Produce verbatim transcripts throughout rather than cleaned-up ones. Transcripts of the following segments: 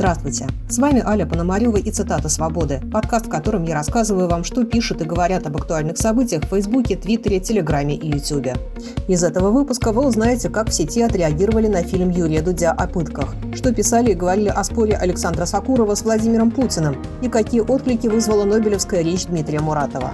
Здравствуйте! С вами Аля Пономарева и «Цитата свободы», подкаст, в котором я рассказываю вам, что пишут и говорят об актуальных событиях в Фейсбуке, Твиттере, Телеграме и Ютубе. Из этого выпуска вы узнаете, как в сети отреагировали на фильм Юрия Дудя о пытках, что писали и говорили о споре Александра Сокурова с Владимиром Путиным и какие отклики вызвала Нобелевская речь Дмитрия Муратова.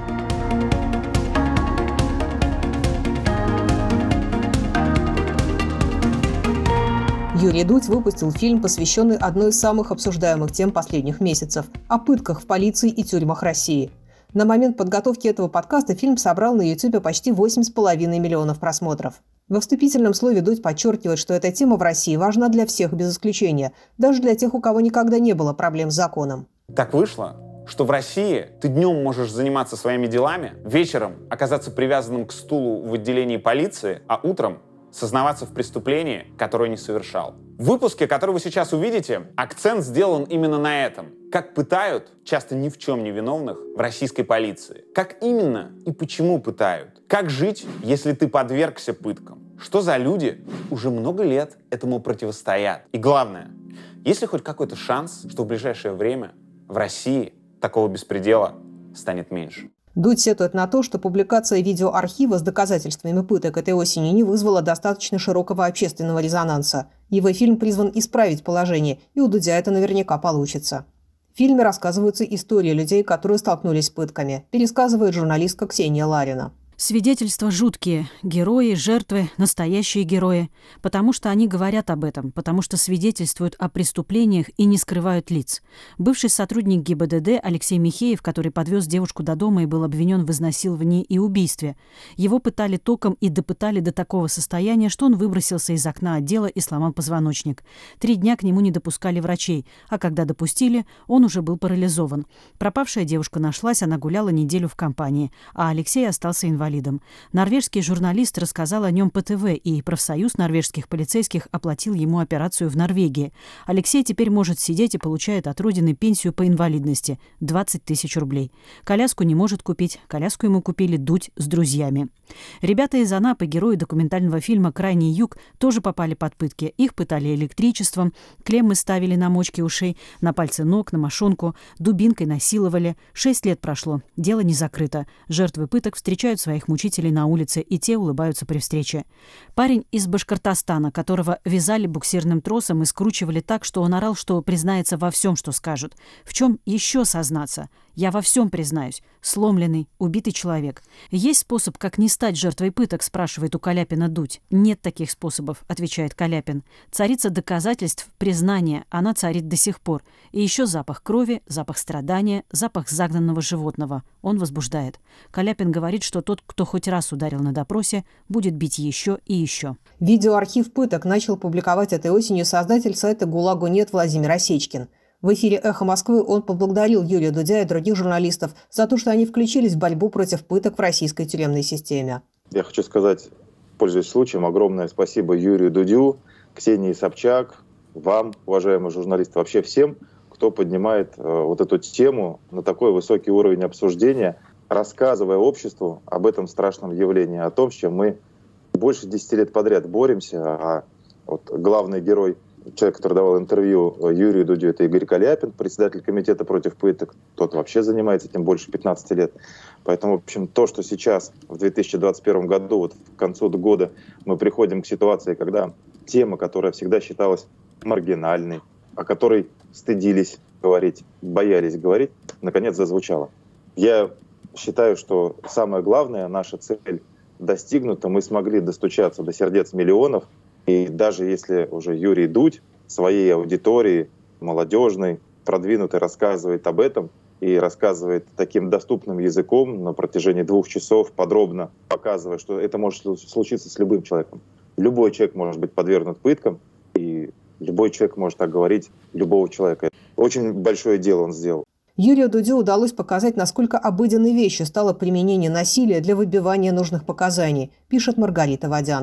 Юрий Дудь выпустил фильм, посвященный одной из самых обсуждаемых тем последних месяцев – о пытках в полиции и тюрьмах России. На момент подготовки этого подкаста фильм собрал на Ютубе почти восемь с половиной миллионов просмотров. Во вступительном слове Дудь подчеркивает, что эта тема в России важна для всех без исключения, даже для тех, у кого никогда не было проблем с законом. Так вышло, что в России ты днем можешь заниматься своими делами, вечером оказаться привязанным к стулу в отделении полиции, а утром сознаваться в преступлении, которое не совершал. В выпуске, который вы сейчас увидите, акцент сделан именно на этом. Как пытают, часто ни в чем не виновных, в российской полиции. Как именно и почему пытают. Как жить, если ты подвергся пыткам. Что за люди уже много лет этому противостоят. И главное, есть ли хоть какой-то шанс, что в ближайшее время в России такого беспредела станет меньше. Дудь сетует на то, что публикация видеоархива с доказательствами пыток этой осенью не вызвала достаточно широкого общественного резонанса. Его фильм призван исправить положение, и у Дудя это наверняка получится. В фильме рассказываются истории людей, которые столкнулись с пытками, пересказывает журналистка Ксения Ларина. Свидетельства жуткие. Герои, жертвы, настоящие герои. Потому что они говорят об этом, потому что свидетельствуют о преступлениях и не скрывают лиц. Бывший сотрудник ГИБДД Алексей Михеев, который подвез девушку до дома и был обвинен в изнасиловании и убийстве. Его пытали током и допытали до такого состояния, что он выбросился из окна отдела и сломал позвоночник. Три дня к нему не допускали врачей, а когда допустили, он уже был парализован. Пропавшая девушка нашлась, она гуляла неделю в компании, а Алексей остался инвалидом. Норвежский журналист рассказал о нем по ТВ, и профсоюз норвежских полицейских оплатил ему операцию в Норвегии. Алексей теперь может сидеть и получает от родины пенсию по инвалидности – двадцать тысяч рублей. Коляску не может купить, коляску ему купили Дудь с друзьями. Ребята из Анапы, герои документального фильма «Крайний юг», тоже попали под пытки. Их пытали электричеством, клеммы ставили на мочки ушей, на пальцы ног, на мошонку, дубинкой насиловали. Шесть лет прошло, дело не закрыто. Жертвы пыток встречают своих мучителей на улице, и те улыбаются при встрече. Парень из Башкортостана, которого вязали буксирным тросом и скручивали так, что он орал, что признается во всем, что скажут. В чем еще сознаться? Я во всем признаюсь. Сломленный, убитый человек. Есть способ, как не стать жертвой пыток, спрашивает у Каляпина Дудь. Нет таких способов, отвечает Каляпин. Царица доказательств, признания, она царит до сих пор. И еще запах крови, запах страдания, запах загнанного животного. Он возбуждает. Каляпин говорит, что тот, кто хоть раз ударил на допросе, будет бить еще и еще. Видеоархив пыток начал публиковать этой осенью создатель сайта «ГУЛАГу нет» Владимир Осечкин. В эфире «Эхо Москвы» он поблагодарил Юрия Дудя и других журналистов за то, что они включились в борьбу против пыток в российской тюремной системе. Я хочу сказать, пользуясь случаем, огромное спасибо Юрию Дудю, Ксении Собчак, вам, уважаемые журналисты, вообще всем, кто поднимает э, вот эту тему на такой высокий уровень обсуждения, рассказывая обществу об этом страшном явлении, о том, с чем мы больше десяти лет подряд боремся. А вот главный герой, человек, который давал интервью Юрию Дудю, это Игорь Каляпин, председатель комитета против пыток. Тот вообще занимается этим больше пятнадцати лет. Поэтому, в общем, то, что сейчас, в две тысячи двадцать первом году, вот к концу года, мы приходим к ситуации, когда тема, которая всегда считалась маргинальной, о которой стыдились говорить, боялись говорить, наконец зазвучала. Я считаю, что самое главное, наша цель достигнута. Мы смогли достучаться до сердец миллионов. И даже если уже Юрий Дудь своей аудитории, молодежной, продвинутой, рассказывает об этом и рассказывает таким доступным языком на протяжении двух часов, подробно показывая, что это может случиться с любым человеком. Любой человек может быть подвергнут пыткам, и любой человек может так говорить любого человека. Очень большое дело он сделал. Юрию Дудю удалось показать, насколько обыденной вещью стало применение насилия для выбивания нужных показаний, пишет Маргарита Водянова.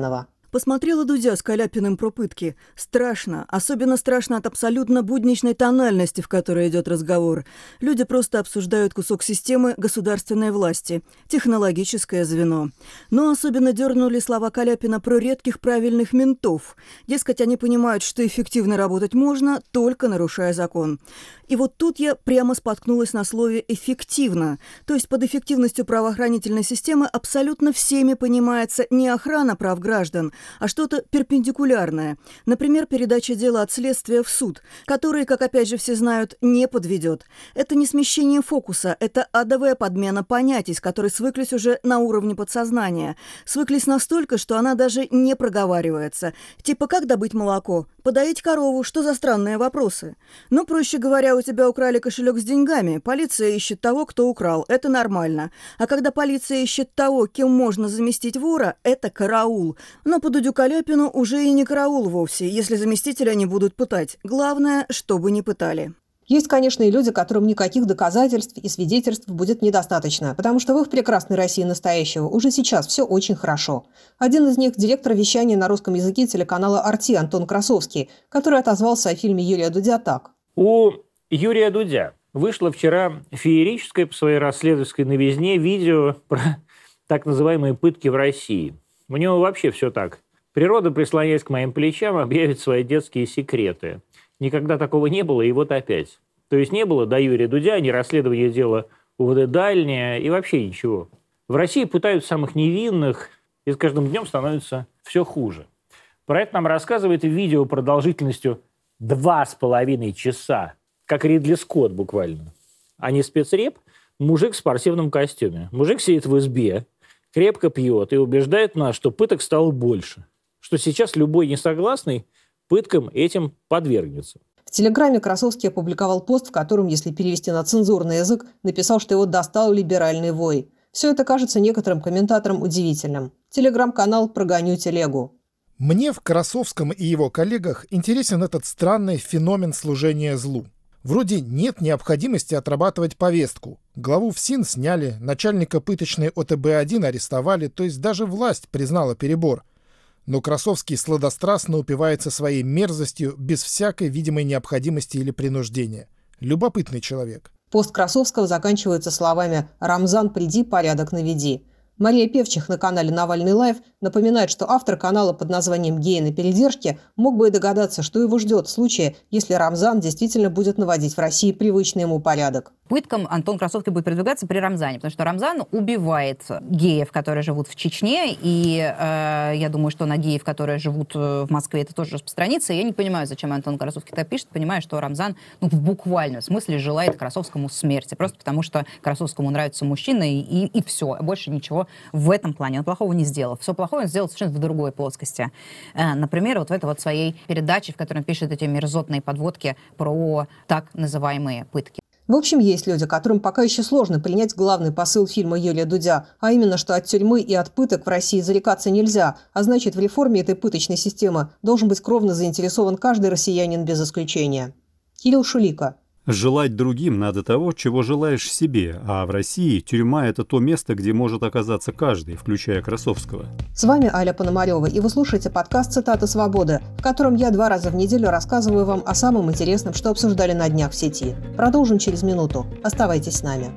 Посмотрела Дудя с Каляпиным про пытки. Страшно. Особенно страшно от абсолютно будничной тональности, в которой идет разговор. Люди просто обсуждают кусок системы государственной власти. Технологическое звено. Но особенно дернули слова Каляпина про редких правильных ментов. Дескать, они понимают, что эффективно работать можно, только нарушая закон. И вот тут я прямо споткнулась на слове «эффективно». То есть под эффективностью правоохранительной системы абсолютно всеми понимается не охрана прав граждан, а что-то перпендикулярное. Например, передача дела от следствия в суд, который, как опять же все знают, не подведет. Это не смещение фокуса, это адовая подмена понятий, с которой свыклись уже на уровне подсознания. Свыклись настолько, что она даже не проговаривается. Типа, как добыть молоко? Подоить корову? Что за странные вопросы? Ну, проще говоря, у тебя украли кошелек с деньгами, полиция ищет того, кто украл. Это нормально. А когда полиция ищет того, кем можно заместить вора, это караул. Но по Дудю Каляпину уже и не караул вовсе, если заместителя не будут пытать. Главное, чтобы не пытали. Есть, конечно, и люди, которым никаких доказательств и свидетельств будет недостаточно, потому что в их прекрасной России настоящего уже сейчас все очень хорошо. Один из них – директор вещания на русском языке телеканала «Арти» Антон Красовский, который отозвался о фильме Юрия Дудя так. У Юрия Дудя вышло вчера феерическое по своей расследовательской новизне видео про так называемые пытки в России. У него вообще все так. Природа, прислоняясь к моим плечам, объявит свои детские секреты. Никогда такого не было, и вот опять. То есть не было до Юрия Дудя ни расследования дела УВД «Дальняя» и вообще ничего. В России пытают самых невинных, и с каждым днем становится все хуже. Про это нам рассказывает видео продолжительностью два с половиной часа, как Ридли Скотт буквально. А не спецреп, мужик в спортивном костюме. Мужик сидит в избе, крепко пьет и убеждает нас, что пыток стало больше. Что сейчас любой несогласный пыткам этим подвергнется. В Телеграме Красовский опубликовал пост, в котором, если перевести на цензурный язык, написал, что его достал либеральный вой. Все это кажется некоторым комментаторам удивительным. Телеграм-канал «Прогоню телегу». Мне в Красовском и его коллегах интересен этот странный феномен служения злу. Вроде нет необходимости отрабатывать повестку. Главу ФСИН сняли, начальника пыточной О Тэ Бэ один арестовали, то есть даже власть признала перебор. Но Красовский сладострастно упивается своей мерзостью без всякой видимой необходимости или принуждения. Любопытный человек. Пост Красовского заканчивается словами «Рамзан, приди, порядок наведи». Мария Певчих на канале «Навальный лайв» напоминает, что автор канала под названием «Геи на передержке» мог бы и догадаться, что его ждет в случае, если Рамзан действительно будет наводить в России привычный ему порядок. Пыткам Антон Красовский будет продвигаться при Рамзане, потому что Рамзан убивает геев, которые живут в Чечне, и э, я думаю, что на геев, которые живут в Москве, это тоже распространится. И я не понимаю, зачем Антон Красовский так пишет, понимаю, что Рамзан ну, в буквальном смысле желает Красовскому смерти, просто потому что Красовскому нравятся мужчины, и, и все, больше ничего в этом плане. Он плохого не сделал. Все плохое он сделал совершенно в другой плоскости. Э, например, вот в этой вот своей передаче, в которой он пишет эти мерзотные подводки про так называемые пытки. В общем, есть люди, которым пока еще сложно принять главный посыл фильма Юрия Дудя, а именно, что от тюрьмы и от пыток в России зарекаться нельзя, а значит, в реформе этой пыточной системы должен быть кровно заинтересован каждый россиянин без исключения. Кирилл Шулика. Желать другим надо того, чего желаешь себе, а в России тюрьма – это то место, где может оказаться каждый, включая Красовского. С вами Аля Пономарева, и вы слушаете подкаст «Цитата свободы», в котором я два раза в неделю рассказываю вам о самом интересном, что обсуждали на днях в сети. Продолжим через минуту. Оставайтесь с нами.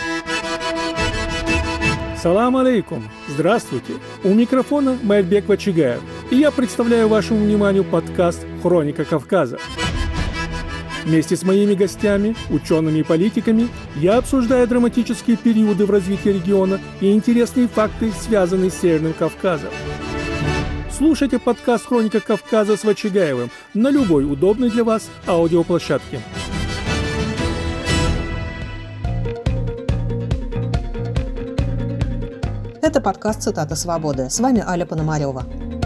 Салам алейкум! Здравствуйте! У микрофона Майрбек Вачигаев, и я представляю вашему вниманию подкаст «Хроника Кавказа». Вместе с моими гостями, учеными и политиками, я обсуждаю драматические периоды в развитии региона и интересные факты, связанные с Северным Кавказом. Слушайте подкаст «Хроника Кавказа» с Вачигаевым на любой удобной для вас аудиоплощадке. Это подкаст «Цитата свободы». С вами Аля Пономарева.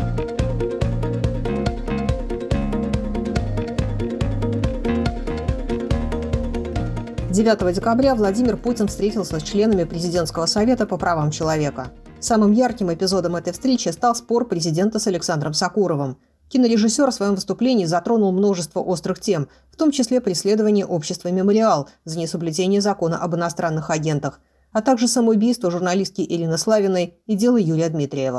девятого декабря Владимир Путин встретился с членами Президентского совета по правам человека. Самым ярким эпизодом этой встречи стал спор президента с Александром Сокуровым. Кинорежиссер в своем выступлении затронул множество острых тем, в том числе преследование общества «Мемориал» за несоблюдение закона об иностранных агентах, а также самоубийство журналистки Ирины Славиной и дело Юрия Дмитриева.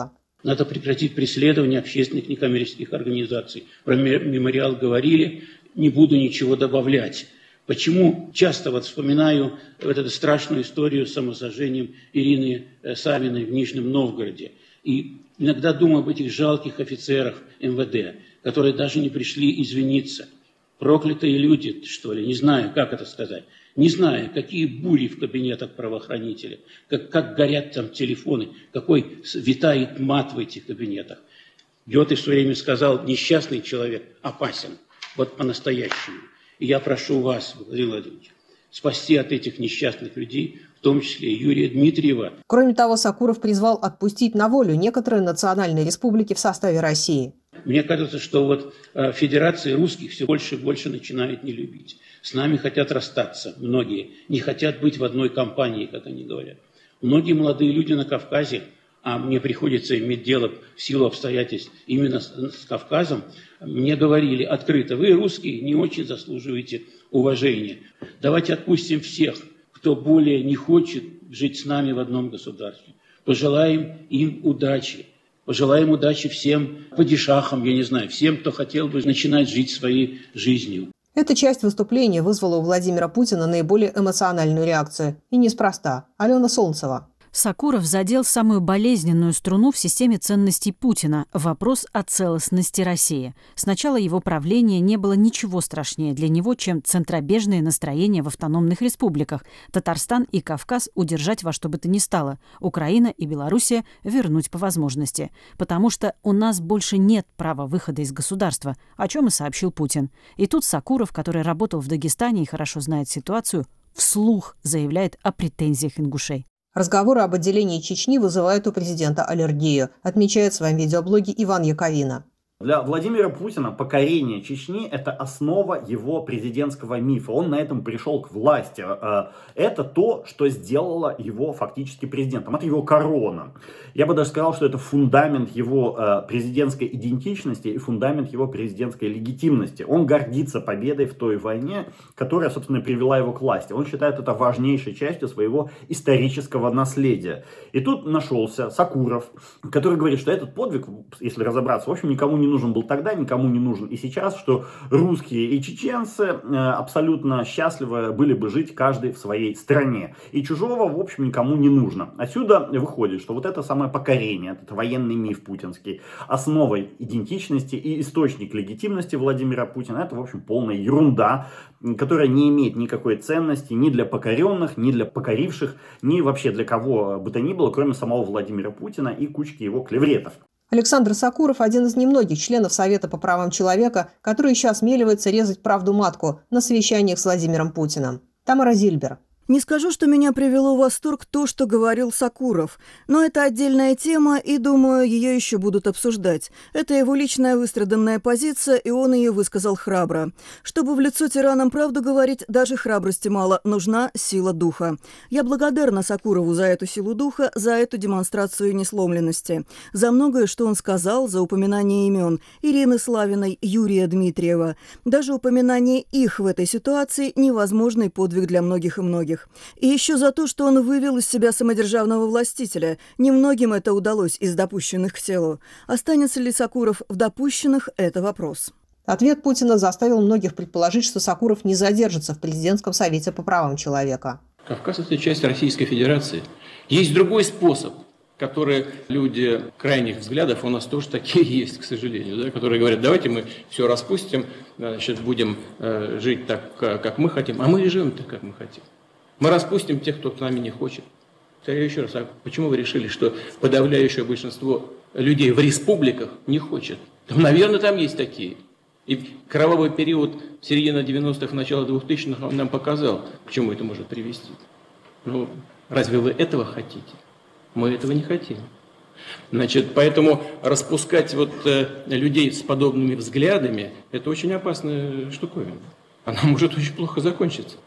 Надо прекратить преследование общественных некоммерческих организаций. Про мемориал говорили, не буду ничего добавлять. Почему часто вот вспоминаю вот эту страшную историю с самосожжением Ирины Савиной в Нижнем Новгороде. И иногда думаю об этих жалких офицерах эм вэ дэ, которые даже не пришли извиниться. Проклятые люди, что ли, не знаю, как это сказать. Не знаю, какие бури в кабинетах правоохранителей, как, как горят там телефоны, какой витает мат в этих кабинетах. Гёте в свое время сказал, несчастный человек опасен, вот по-настоящему. И я прошу вас, Владимир Владимирович, спасти от этих несчастных людей, в том числе Юрия Дмитриева. Кроме того, Сакуров призвал отпустить на волю некоторые национальные республики в составе России. Мне кажется, что вот федерации русских все больше и больше начинают не любить. С нами хотят расстаться многие, не хотят быть в одной компании, как они говорят. Многие молодые люди на Кавказе, а мне приходится иметь дело в силу обстоятельств именно с, с Кавказом, мне говорили открыто, вы, русские, не очень заслуживаете уважения. Давайте отпустим всех, кто более не хочет жить с нами в одном государстве. Пожелаем им удачи. Пожелаем удачи всем падишахам, я не знаю, всем, кто хотел бы начинать жить своей жизнью. Эта часть выступления вызвала у Владимира Путина наиболее эмоциональную реакцию. И неспроста. Алена Солнцева. Сакуров задел самую болезненную струну в системе ценностей Путина – вопрос о целостности России. С начала его правления не было ничего страшнее для него, чем центробежные настроения в автономных республиках. Татарстан и Кавказ удержать во что бы то ни стало. Украина и Белоруссия вернуть по возможности. Потому что у нас больше нет права выхода из государства, о чем и сообщил Путин. И тут Сакуров, который работал в Дагестане и хорошо знает ситуацию, вслух заявляет о претензиях ингушей. Разговоры об отделении Чечни вызывают у президента аллергию, отмечает в своем видеоблоге Иван Яковина. Для Владимира Путина покорение Чечни – это основа его президентского мифа. Он на этом пришел к власти. Это то, что сделало его фактически президентом. Это его корона. Я бы даже сказал, что это фундамент его президентской идентичности и фундамент его президентской легитимности. Он гордится победой в той войне, которая, собственно, привела его к власти. Он считает это важнейшей частью своего исторического наследия. И тут нашелся Сакуров, который говорит, что этот подвиг, если разобраться, в общем, никому не нужен был тогда, никому не нужен и сейчас, что русские и чеченцы абсолютно счастливы были бы жить каждый в своей стране. И чужого, в общем, никому не нужно. Отсюда выходит, что вот это самое покорение, этот военный миф путинский, основой идентичности и источник легитимности Владимира Путина, это, в общем, полная ерунда, которая не имеет никакой ценности ни для покоренных, ни для покоривших, ни вообще для кого бы то ни было, кроме самого Владимира Путина и кучки его клевретов. Александр Сакуров – один из немногих членов Совета по правам человека, который еще осмеливается резать правду матку на совещаниях с Владимиром Путиным. Тамара Зильбер. Не скажу, что меня привело в восторг то, что говорил Сакуров, но это отдельная тема, и, думаю, ее еще будут обсуждать. Это его личная выстраданная позиция, и он ее высказал храбро. Чтобы в лицо тиранам правду говорить, даже храбрости мало, нужна сила духа. Я благодарна Сакурову за эту силу духа, за эту демонстрацию несломленности, за многое, что он сказал, за упоминание имен Ирины Славиной, Юрия Дмитриева. Даже упоминание их в этой ситуации – невозможный подвиг для многих и многих. И еще за то, что он вывел из себя самодержавного властителя. Немногим это удалось из допущенных к телу. Останется ли Сакуров в допущенных – это вопрос. Ответ Путина заставил многих предположить, что Сакуров не задержится в президентском совете по правам человека. Кавказ – это часть Российской Федерации. Есть другой способ, который люди крайних взглядов, у нас тоже такие есть, к сожалению, да, которые говорят, давайте мы все распустим, значит, будем э, жить так, как мы хотим, а мы и живем так, как мы хотим. Мы распустим тех, кто с нами не хочет. Повторяю еще раз, а почему вы решили, что подавляющее большинство людей в республиках не хочет? Там, наверное, там есть такие. И кровавый период середины девяностых, начала двухтысячных нам показал, к чему это может привести. Ну, разве вы этого хотите? Мы этого не хотим. Значит, поэтому распускать вот э, людей с подобными взглядами – это очень опасная штуковина. Она может очень плохо закончиться.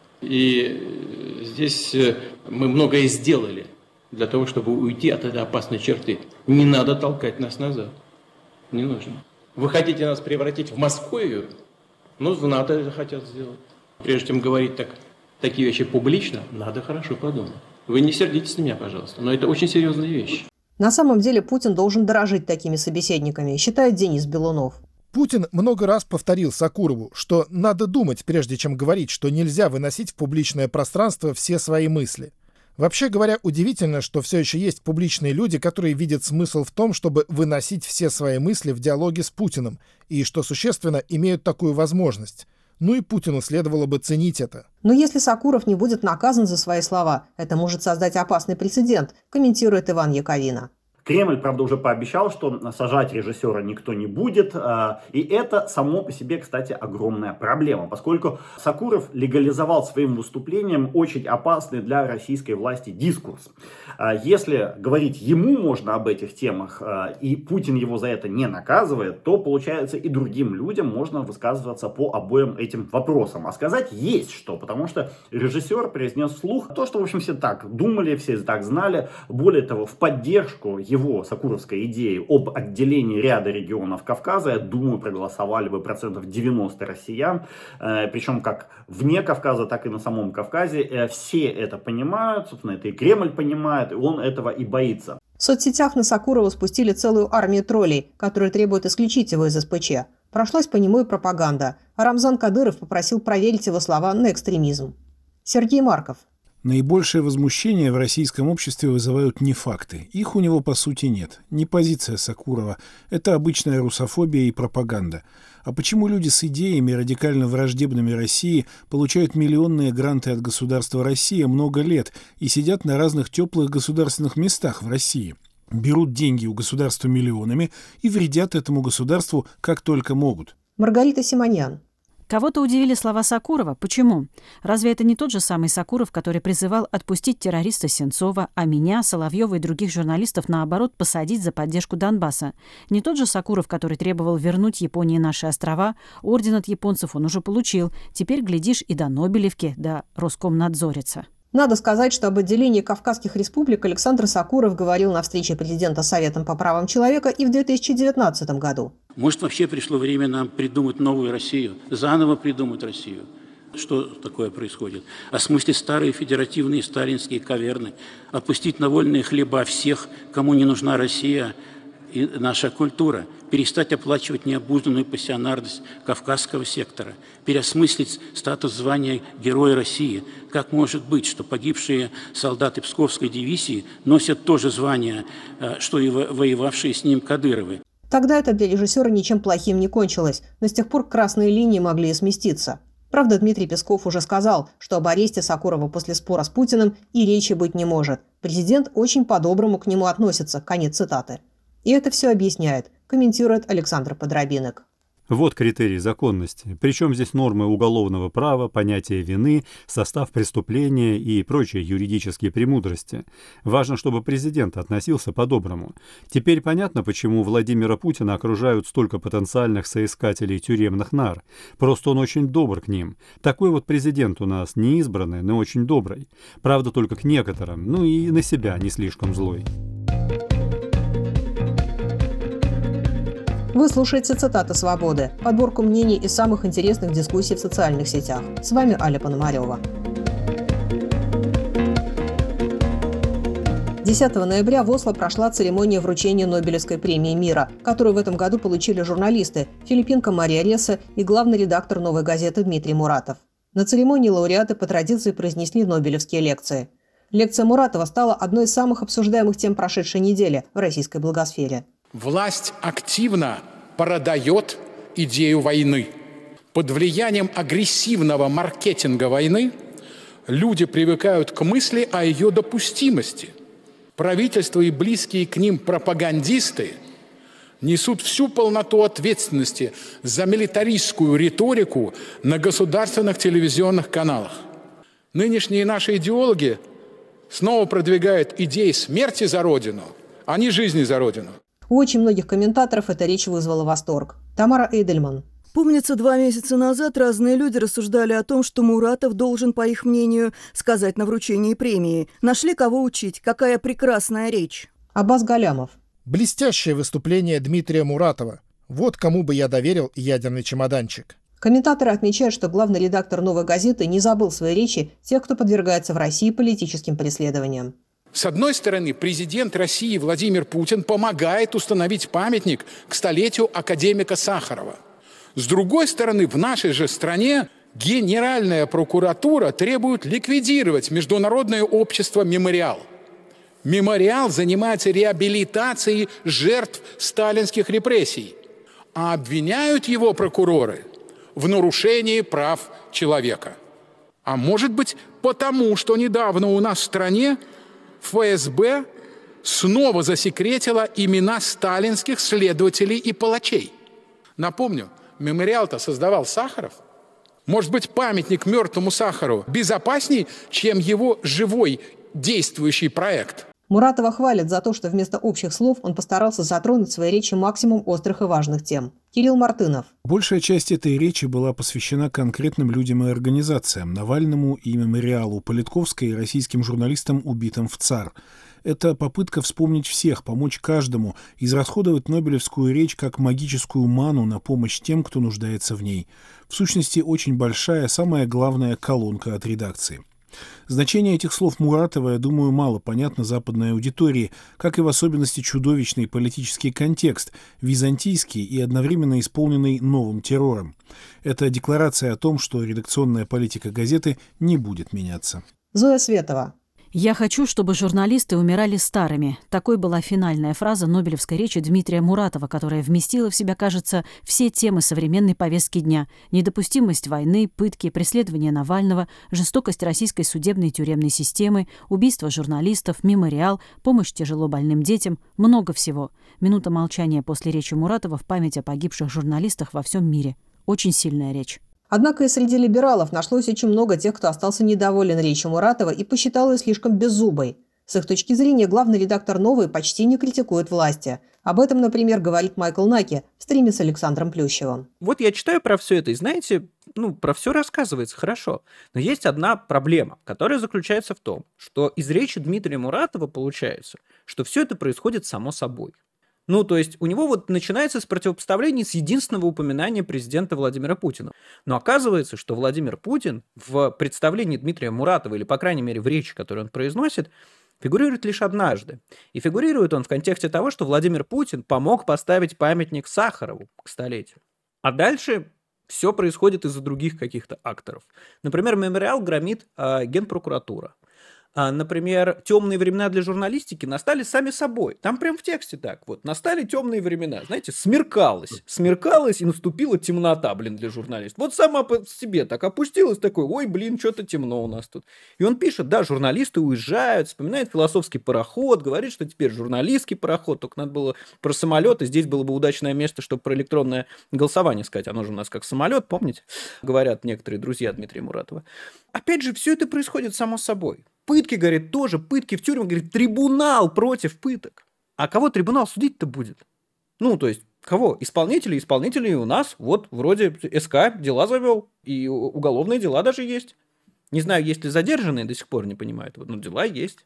И здесь мы многое сделали для того, чтобы уйти от этой опасной черты. Не надо толкать нас назад. Не нужно. Вы хотите нас превратить в Московию? Ну, в НАТО это хотят сделать. Прежде чем говорить так, такие вещи публично, надо хорошо подумать. Вы не сердитесь на меня, пожалуйста, но это очень серьезные вещи. На самом деле Путин должен дорожить такими собеседниками, считает Денис Белунов. Путин много раз повторил Сакурову, что надо думать, прежде чем говорить, что нельзя выносить в публичное пространство все свои мысли. Вообще говоря, удивительно, что все еще есть публичные люди, которые видят смысл в том, чтобы выносить все свои мысли в диалоге с Путиным, и, что существенно, имеют такую возможность. Ну и Путину следовало бы ценить это. Но если Сакуров не будет наказан за свои слова, это может создать опасный прецедент, комментирует Иван Яковина. Кремль, правда, уже пообещал, что сажать режиссера никто не будет. И это само по себе, кстати, огромная проблема, поскольку Сакуров легализовал своим выступлением очень опасный для российской власти дискурс. Если говорить ему можно об этих темах, и Путин его за это не наказывает, то, получается, и другим людям можно высказываться по обоим этим вопросам. А сказать есть что, потому что режиссер произнес вслух то, что, в общем, все так думали, все так знали. Более того, в поддержку его его сакуровской идеи об отделении ряда регионов Кавказа, я думаю, проголосовали бы процентов девяносто россиян, э, причем как вне Кавказа, так и на самом Кавказе. Э, все это понимают, собственно, это и Кремль понимает, и он этого и боится. В соцсетях на Сакурова спустили целую армию троллей, которые требуют исключить его из эс пэ че. Прошлась по нему и пропаганда, а Рамзан Кадыров попросил проверить его слова на экстремизм. Сергей Марков. Наибольшее возмущение в российском обществе вызывают не факты. Их у него, по сути, нет. Не позиция Сакурова. Это обычная русофобия и пропаганда. А почему люди с идеями, радикально враждебными России, получают миллионные гранты от государства Россия много лет и сидят на разных теплых государственных местах в России? Берут деньги у государства миллионами и вредят этому государству как только могут. Маргарита Симоньян. Кого-то удивили слова Сакурова. Почему? Разве это не тот же самый Сакуров, который призывал отпустить террориста Сенцова, а меня, Соловьева и других журналистов, наоборот, посадить за поддержку Донбасса? Не тот же Сакуров, который требовал вернуть Японии наши острова? Орден от японцев он уже получил. Теперь, глядишь, и до Нобелевки, до Роскомнадзорица. Надо сказать, что об отделении Кавказских республик Александр Сакуров говорил на встрече президента Советом по правам человека и в две тысячи девятнадцатом году. Может, вообще пришло время нам придумать новую Россию, заново придумать Россию. Что такое происходит? Осмыслить старые федеративные сталинские каверны, опустить на вольные хлеба всех, кому не нужна Россия и наша культура, перестать оплачивать необузданную пассионарность Кавказского сектора, переосмыслить статус звания Героя России. Как может быть, что погибшие солдаты Псковской дивизии носят то же звание, что и воевавшие с ним Кадыровы? Тогда это для режиссера ничем плохим не кончилось, но с тех пор красные линии могли и сместиться. Правда, Дмитрий Песков уже сказал, что об аресте Сакурова после спора с Путиным и речи быть не может. Президент очень по-доброму к нему относится, конец цитаты. И это все объясняет, комментирует Александр Подробинок. Вот критерий законности. Причем здесь нормы уголовного права, понятие вины, состав преступления и прочие юридические премудрости. Важно, чтобы президент относился по-доброму. Теперь понятно, почему Владимира Путина окружают столько потенциальных соискателей тюремных нар. Просто он очень добр к ним. Такой вот президент у нас не избранный, но очень добрый. Правда, только к некоторым, ну и на себя не слишком злой. Вы слушаете «Цитаты свободы», подборку мнений из самых интересных дискуссий в социальных сетях. С вами Аля Пономарева. десятого ноября в Осло прошла церемония вручения Нобелевской премии мира, которую в этом году получили журналисты, филиппинка Мария Реса и главный редактор «Новой газеты» Дмитрий Муратов. На церемонии лауреаты по традиции произнесли нобелевские лекции. Лекция Муратова стала одной из самых обсуждаемых тем прошедшей недели в российской блогосфере. Власть активно продает идею войны. Под влиянием агрессивного маркетинга войны люди привыкают к мысли о ее допустимости. Правительство и близкие к ним пропагандисты несут всю полноту ответственности за милитаристскую риторику на государственных телевизионных каналах. Нынешние наши идеологи снова продвигают идеи смерти за Родину, а не жизни за Родину. У очень многих комментаторов эта речь вызвала восторг. Тамара Эйдельман. Помнится, два месяца назад разные люди рассуждали о том, что Муратов должен, по их мнению, сказать на вручении премии. Нашли кого учить. Какая прекрасная речь. Аббас Галямов. Блестящее выступление Дмитрия Муратова. Вот кому бы я доверил ядерный чемоданчик. Комментаторы отмечают, что главный редактор «Новой газеты» не забыл в своей речи тех, кто подвергается в России политическим преследованиям. С одной стороны, президент России Владимир Путин помогает установить памятник к столетию академика Сахарова. С другой стороны, в нашей же стране Генеральная прокуратура требует ликвидировать Международное общество «Мемориал». «Мемориал» занимается реабилитацией жертв сталинских репрессий, а обвиняют его прокуроры в нарушении прав человека. А может быть, потому что недавно у нас в стране эф эс бэ снова засекретила имена сталинских следователей и палачей. Напомню, «Мемориал»-то создавал Сахаров. Может быть, памятник мертвому Сахару безопаснее, чем его живой действующий проект? Муратова хвалят за то, что вместо общих слов он постарался затронуть в своей речи максимум острых и важных тем. Кирилл Мартынов. Большая часть этой речи была посвящена конкретным людям и организациям, Навальному и мемориалу, Политковской и российским журналистам, убитым в ЦАР. Это попытка вспомнить всех, помочь каждому, израсходовать Нобелевскую речь как магическую ману на помощь тем, кто нуждается в ней. В сущности, очень большая, самая главная колонка от редакции. Значение этих слов Муратова, я думаю, мало понятно западной аудитории, как и в особенности чудовищный политический контекст, византийский и одновременно исполненный новым террором. Это декларация о том, что редакционная политика газеты не будет меняться. Зоя Светова. «Я хочу, чтобы журналисты умирали старыми». Такой была финальная фраза Нобелевской речи Дмитрия Муратова, которая вместила в себя, кажется, все темы современной повестки дня. Недопустимость войны, пытки, преследование Навального, жестокость российской судебной и тюремной системы, убийство журналистов, мемориал, помощь тяжело больным детям. Много всего. Минута молчания после речи Муратова в память о погибших журналистах во всем мире. Очень сильная речь. Однако и среди либералов нашлось очень много тех, кто остался недоволен речью Муратова и посчитал ее слишком беззубой. С их точки зрения, главный редактор «Новой» почти не критикует власти. Об этом, например, говорит Майкл Наки в стриме с Александром Плющевым. Вот я читаю про все это, и знаете, ну, про все рассказывается хорошо. Но есть одна проблема, которая заключается в том, что из речи Дмитрия Муратова получается, что все это происходит само собой. Ну, то есть у него вот начинается с противопоставления с единственного упоминания президента Владимира Путина. Но оказывается, что Владимир Путин в представлении Дмитрия Муратова, или, по крайней мере, в речи, которую он произносит, фигурирует лишь однажды. И фигурирует он в контексте того, что Владимир Путин помог поставить памятник Сахарову к столетию. А дальше все происходит из-за других каких-то акторов. Например, мемориал громит э, Генпрокуратура. Например, темные времена для журналистики настали сами собой. Там прям в тексте так вот. Настали темные времена. Знаете, смеркалось. Смеркалось, и наступила темнота, блин, для журналистов. Вот сама по себе так опустилась, такой, ой, блин, что-то темно у нас тут. И он пишет, да, журналисты уезжают, вспоминает философский пароход, говорит, что теперь журналистский пароход, только надо было про самолет, и здесь было бы удачное место, чтобы про электронное голосование сказать. Оно же у нас как самолет, помните? Говорят некоторые друзья Дмитрия Муратова. Опять же, все это происходит само собой. Пытки, говорит, тоже, пытки в тюрьмах, говорит, трибунал против пыток. А кого трибунал судить-то будет? Ну, то есть, кого? Исполнители, исполнители у нас, вот, вроде СК дела завел, и уголовные дела даже есть. Не знаю, есть ли задержанные, до сих пор не понимаю этого, но дела есть.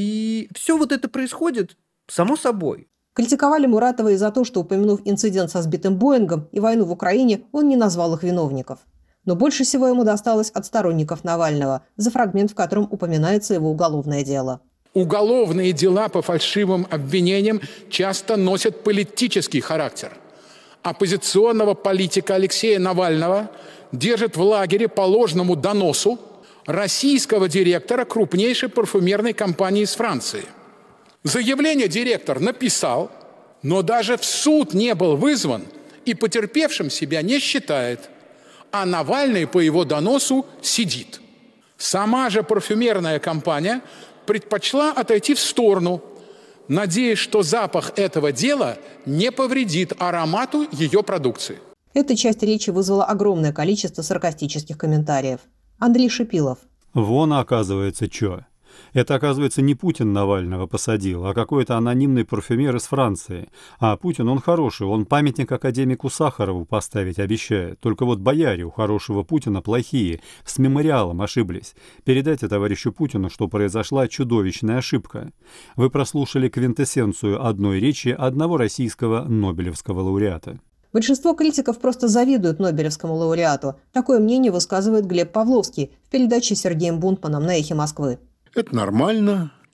И все вот это происходит само собой. Критиковали Муратова и за то, что, упомянув инцидент со сбитым Боингом и войну в Украине, он не назвал их виновников. Но больше всего ему досталось от сторонников Навального за фрагмент, в котором упоминается его уголовное дело. Уголовные дела по фальшивым обвинениям часто носят политический характер. Оппозиционного политика Алексея Навального держат в лагере по ложному доносу российского директора крупнейшей парфюмерной компании из Франции. Заявление директор написал, но даже в суд не был вызван и потерпевшим себя не считает. А Навальный по его доносу сидит. Сама же парфюмерная компания предпочла отойти в сторону, надеясь, что запах этого дела не повредит аромату ее продукции. Эта часть речи вызвала огромное количество саркастических комментариев. Андрей Шипилов. Вон, оказывается, чё. Это, оказывается, не Путин Навального посадил, а какой-то анонимный парфюмер из Франции. А Путин, он хороший, он памятник академику Сахарову поставить обещает. Только вот бояре у хорошего Путина плохие, с мемориалом ошиблись. Передайте товарищу Путину, что произошла чудовищная ошибка. Вы прослушали квинтэссенцию одной речи одного российского нобелевского лауреата. Большинство критиков просто завидуют нобелевскому лауреату. Такое мнение высказывает Глеб Павловский в передаче с Сергеем Бунтманом на «Эхе Москвы». Это нормально,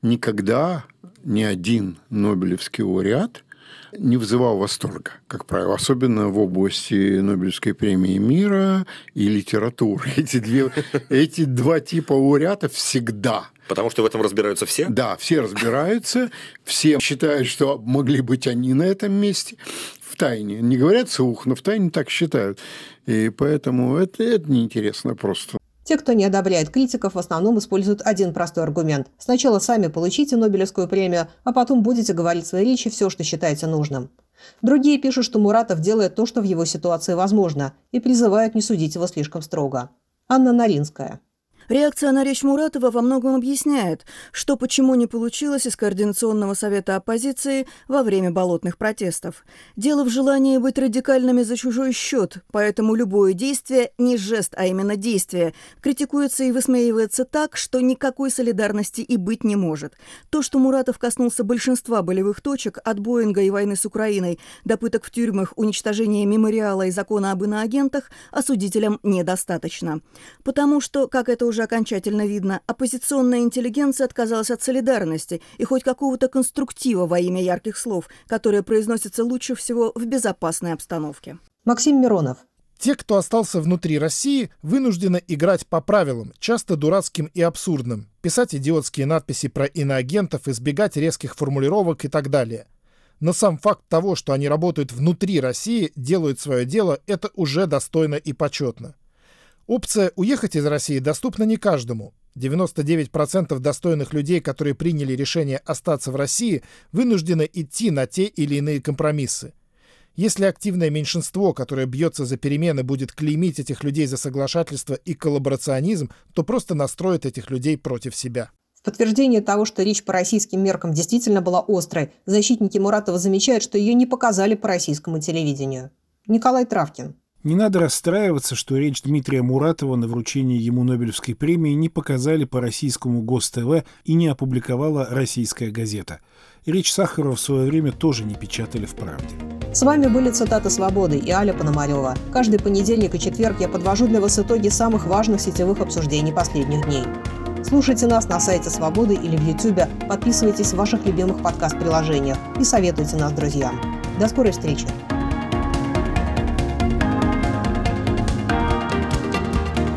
никогда ни один нобелевский лауреат не вызывал восторга, как правило, особенно в области Нобелевской премии мира и литературы. Эти, две, эти два типа лауреатов всегда. Потому что в этом разбираются все? Да, все разбираются, все считают, что могли быть они на этом месте в тайне. Не говорят вслух, но в тайне так считают. И поэтому это, это неинтересно просто. Те, кто не одобряет критиков, в основном используют один простой аргумент. Сначала сами получите Нобелевскую премию, а потом будете говорить в своей речи все, что считаете нужным. Другие пишут, что Муратов делает то, что в его ситуации возможно, и призывают не судить его слишком строго. Анна Наринская. Реакция на речь Муратова во многом объясняет, что почему не получилось из Координационного совета оппозиции во время болотных протестов. Дело в желании быть радикальными за чужой счет, поэтому любое действие, не жест, а именно действие, критикуется и высмеивается так, что никакой солидарности и быть не может. То, что Муратов коснулся большинства болевых точек, от Боинга и войны с Украиной до пыток в тюрьмах, уничтожения мемориала и закона об иноагентах, осудителям недостаточно. Потому что, как это уже уже окончательно видно, оппозиционная интеллигенция отказалась от солидарности и хоть какого-то конструктива во имя ярких слов, которые произносятся лучше всего в безопасной обстановке. Максим Миронов. Те, кто остался внутри России, вынуждены играть по правилам, часто дурацким и абсурдным, писать идиотские надписи про иноагентов, избегать резких формулировок и так далее. Но сам факт того, что они работают внутри России, делают свое дело, это уже достойно и почетно. Опция уехать из России доступна не каждому. девяносто девять процентов достойных людей, которые приняли решение остаться в России, вынуждены идти на те или иные компромиссы. Если активное меньшинство, которое бьется за перемены, будет клеймить этих людей за соглашательство и коллаборационизм, то просто настроит этих людей против себя. В подтверждение того, что речь по российским меркам действительно была острой, защитники Муратова замечают, что ее не показали по российскому телевидению. Николай Травкин. Не надо расстраиваться, что речь Дмитрия Муратова на вручении ему Нобелевской премии не показали по российскому ГосТВ и не опубликовала «Российская газета». Речь Сахарова в свое время тоже не печатали в «Правде». С вами были «Цитаты свободы» и Аля Пономарева. Каждый понедельник и четверг я подвожу для вас итоги самых важных сетевых обсуждений последних дней. Слушайте нас на сайте «Свободы» или в Ютубе, подписывайтесь в ваших любимых подкаст-приложениях и советуйте нас друзьям. До скорой встречи!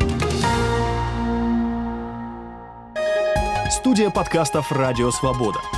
Студия подкастов «Радио Свобода».